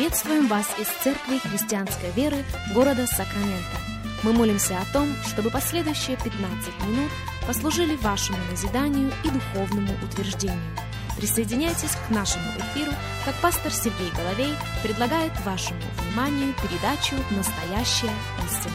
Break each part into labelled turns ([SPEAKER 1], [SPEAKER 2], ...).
[SPEAKER 1] Приветствуем вас из Церкви Христианской Веры города Сакраменто. Мы молимся о том, чтобы последующие 15 минут послужили вашему назиданию и духовному утверждению. Присоединяйтесь к нашему эфиру, как пастор Сергей Головей предлагает вашему вниманию передачу «Настоящая истина».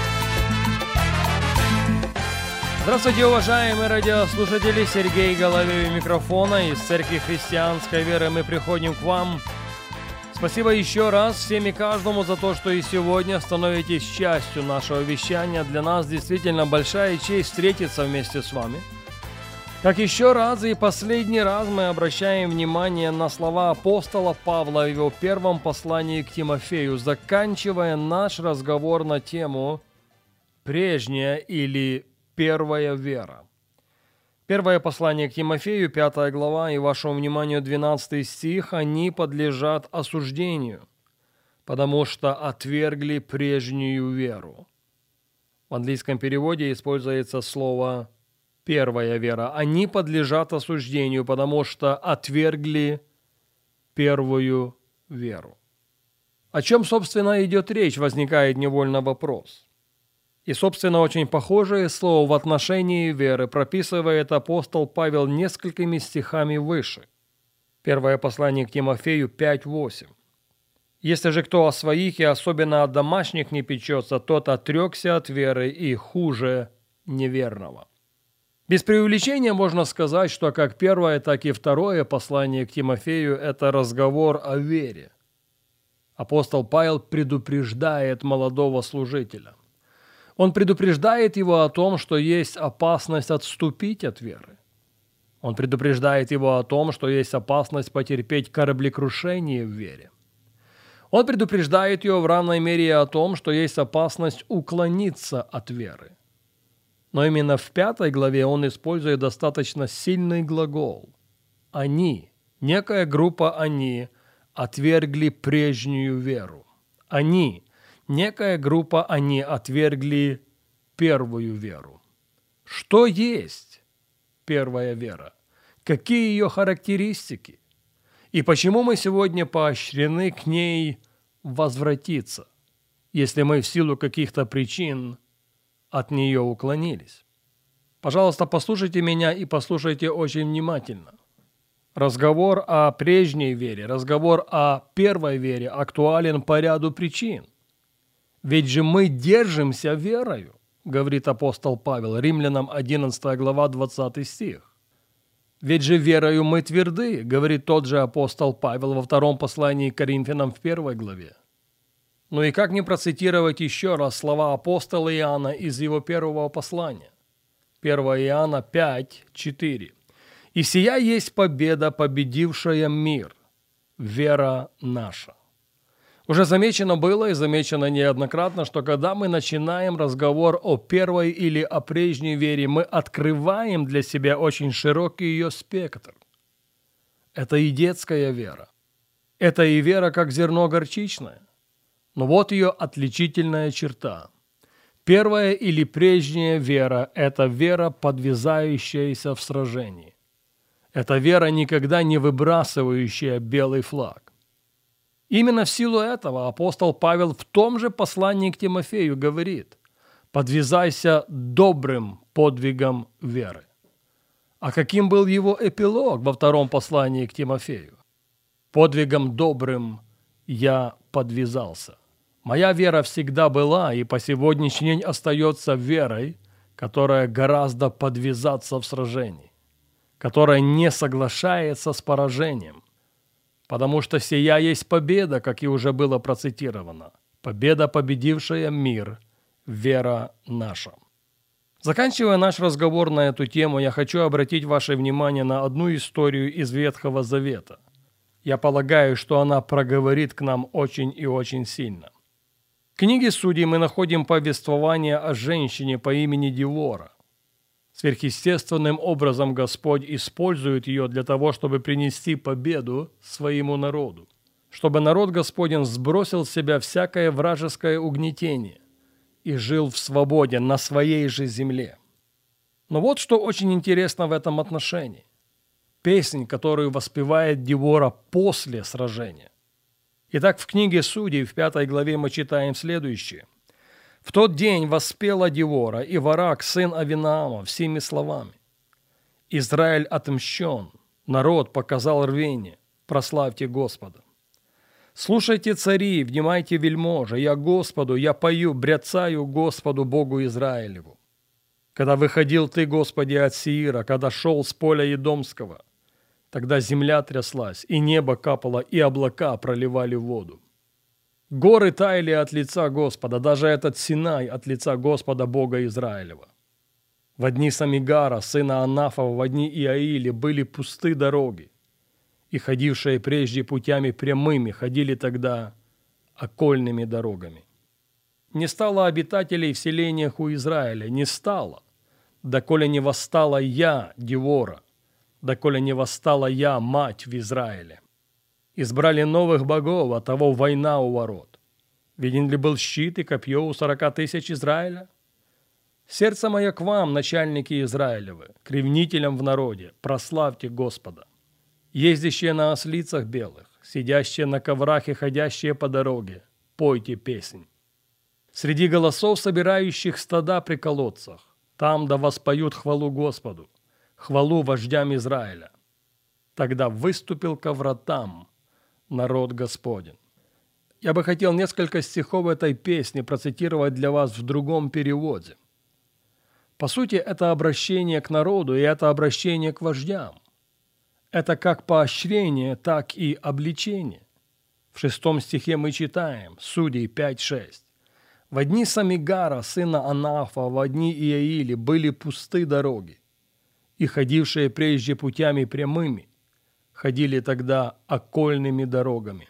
[SPEAKER 2] Здравствуйте, уважаемые радиослушатели! Сергей Головей у микрофона. Из Церкви Христианской Веры мы приходим к вам. Спасибо еще раз всем и каждому за то, что и сегодня становитесь частью нашего вещания. Для нас действительно большая честь встретиться вместе с вами. Как еще раз и последний раз мы обращаем внимание на слова апостола Павла в его первом послании к Тимофею, заканчивая наш разговор на тему «Прежняя или первая вера». Первое послание к Тимофею, 5 глава, и вашему вниманию 12 стих, они подлежат осуждению, потому что отвергли прежнюю веру. В английском переводе используется слово «первая вера». Они подлежат осуждению, потому что отвергли первую веру. О чем, собственно, идет речь, возникает невольно вопрос. И, собственно, очень похожее слово в отношении веры прописывает апостол Павел несколькими стихами выше. Первое послание к Тимофею 5:8. «Если же кто о своих и особенно о домашних не печется, тот отрекся от веры и хуже неверного». Без преувеличения можно сказать, что как первое, так и второе послание к Тимофею – это разговор о вере. Апостол Павел предупреждает молодого служителя. Он предупреждает его о том, что есть опасность отступить от веры. Он предупреждает его о том, что есть опасность потерпеть кораблекрушение в вере. Он предупреждает его в равной мере о том, что есть опасность уклониться от веры. Но именно в 5 главе он использует достаточно сильный глагол. Они, некая группа «они», отвергли прежнюю веру. Они, некая группа «они» отвергли первую веру. Что есть первая вера? Какие ее характеристики? И почему мы сегодня поощрены к ней возвратиться, если мы в силу каких-то причин от нее уклонились? Пожалуйста, послушайте меня и послушайте очень внимательно. Разговор о прежней вере, разговор о первой вере актуален по ряду причин. «Ведь же мы держимся верою», говорит апостол Павел, Римлянам 11 глава 20 стих. «Ведь же верою мы тверды», говорит тот же апостол Павел во втором послании к Коринфянам в 1 главе. Ну и как не процитировать еще раз слова апостола Иоанна из его первого послания? 1 Иоанна 5:4. «И сия есть победа, победившая мир, вера наша». Уже замечено было и замечено неоднократно, что когда мы начинаем разговор о первой или о прежней вере, мы открываем для себя очень широкий ее спектр. Это и детская вера. Это и вера как зерно горчичное. Но вот ее отличительная черта. Первая или прежняя вера – это вера, подвязающаяся в сражении. Это вера, никогда не выбрасывающая белый флаг. Именно в силу этого апостол Павел в том же послании к Тимофею говорит: «Подвязайся добрым подвигом веры». А каким был его эпилог во втором послании к Тимофею? «Подвигом добрым я подвязался». Моя вера всегда была и по сегодняшний день остается верой, которая гораздо подвязаться в сражении, которая не соглашается с поражением. Потому что сия есть победа, как и уже было процитировано. Победа, победившая мир, вера наша. Заканчивая наш разговор на эту тему, я хочу обратить ваше внимание на одну историю из Ветхого Завета. Я полагаю, что она проговорит к нам очень и очень сильно. В книге Судей мы находим повествование о женщине по имени Девора. Сверхъестественным образом Господь использует ее для того, чтобы принести победу своему народу, чтобы народ Господень сбросил с себя всякое вражеское угнетение и жил в свободе на своей же земле. Но вот что очень интересно в этом отношении. Песнь, которую воспевает Девора после сражения. Итак, в книге Судей в 5 главе мы читаем следующее. «В тот день воспела Девора и Варак, сын Авинаама, всеми словами. Израиль отмщен, народ показал рвение, прославьте Господа. Слушайте, цари, внимайте, вельможи, я Господу, я пою, бряцаю Господу Богу Израилеву. Когда выходил ты, Господи, от Сеира, когда шел с поля Едомского, тогда земля тряслась, и небо капало, и облака проливали воду. Горы таяли от лица Господа, даже этот Синай от лица Господа Бога Израилева. В дни Самигара, сына Анафова, в дни Иаили были пусты дороги, и ходившие прежде путями прямыми ходили тогда окольными дорогами. Не стало обитателей в селениях у Израиля, не стало, доколе не восстала я, Девора, доколе не восстала я, мать в Израиле. Избрали новых богов, а того война у ворот. Виден ли был щит и копье у 40 тысяч Израиля? Сердце мое к вам, начальники Израилевы, к ревнителям в народе, прославьте Господа. Ездящие на ослицах белых, сидящие на коврах и ходящие по дороге, пойте песнь. Среди голосов, собирающих стада при колодцах, там да воспоют хвалу Господу, хвалу вождям Израиля. Тогда выступил ко вратам народ Господень». Я бы хотел несколько стихов этой песни процитировать для вас в другом переводе. По сути, это обращение к народу, и это обращение к вождям. Это как поощрение, так и обличение. В 6 стихе мы читаем, Судей 5:6. «Во дни Самигара, сына Анафа, во дни Иаили были пусты дороги, и ходившие прежде путями прямыми ходили тогда окольными дорогами».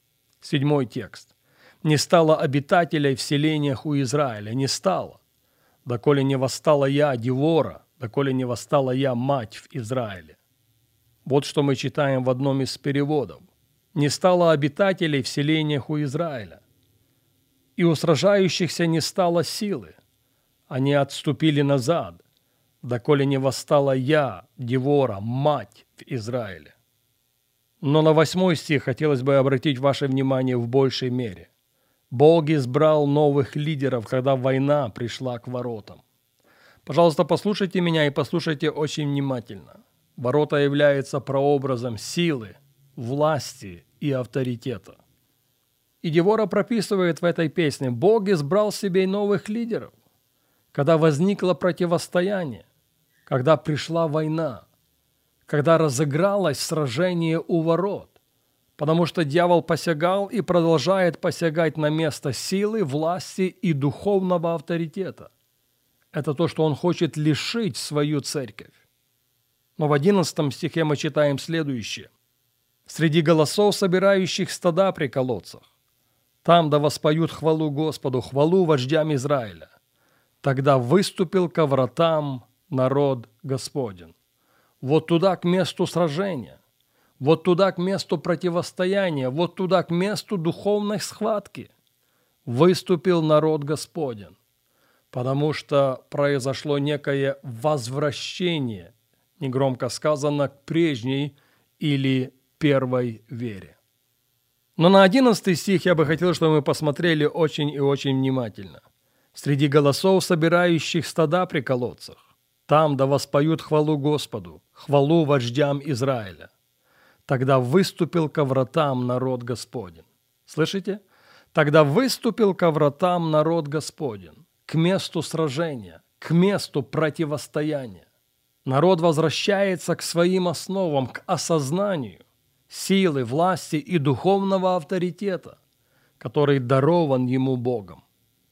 [SPEAKER 2] 7 текст. «Не стало обитателей в селениях у Израиля, не стало, доколе не восстала я, Девора, доколе не восстала я, мать в Израиле». Вот что мы читаем в одном из переводов. «Не стало обитателей в селениях у Израиля, и у сражающихся не стало силы. Они отступили назад, доколе не восстала я, Девора, мать в Израиле». Но на 8 стих хотелось бы обратить ваше внимание в большей мере. Бог избрал новых лидеров, когда война пришла к воротам. Пожалуйста, послушайте меня и послушайте очень внимательно. Ворота являются прообразом силы, власти и авторитета. И Девора прописывает в этой песне: Бог избрал себе новых лидеров, когда возникло противостояние, когда пришла война, когда разыгралось сражение у ворот, потому что дьявол посягал и продолжает посягать на место силы, власти и духовного авторитета. Это то, что он хочет лишить свою церковь. Но в 11 стихе мы читаем следующее. «Среди голосов, собирающих стада при колодцах, там да воспоют хвалу Господу, хвалу вождям Израиля. Тогда выступил ко вратам народ Господень». Вот туда, к месту сражения, вот туда, к месту противостояния, вот туда, к месту духовной схватки выступил народ Господень, потому что произошло некое возвращение, негромко сказано, к прежней или первой вере. Но на 11 стих я бы хотел, чтобы мы посмотрели очень и очень внимательно. «Среди голосов, собирающих стада при колодцах, там да воспоют хвалу Господу, хвалу вождям Израиля. Тогда выступил ко вратам народ Господень». Слышите? Тогда выступил ко вратам народ Господень, к месту сражения, к месту противостояния. Народ возвращается к своим основам, к осознанию силы, власти и духовного авторитета, который дарован ему Богом.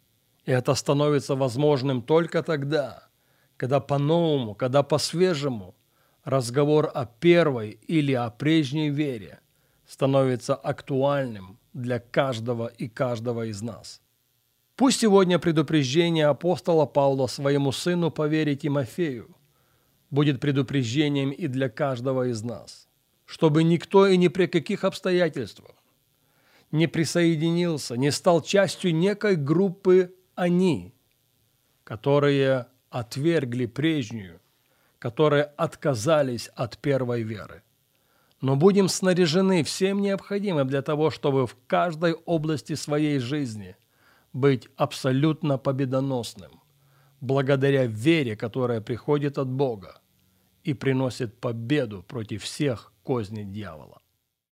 [SPEAKER 2] И это становится возможным только тогда, когда по-новому, когда по-свежему разговор о первой или о прежней вере становится актуальным для каждого и каждого из нас. Пусть сегодня предупреждение апостола Павла своему сыну по вере Тимофею будет предупреждением и для каждого из нас, чтобы никто и ни при каких обстоятельствах не присоединился, не стал частью некой группы «они», которые отвергли прежнюю, которые отказались от первой веры. но будем снаряжены всем необходимым для того, чтобы в каждой области своей жизни быть абсолютно победоносным, благодаря вере, которая приходит от Бога и приносит победу против всех козней дьявола.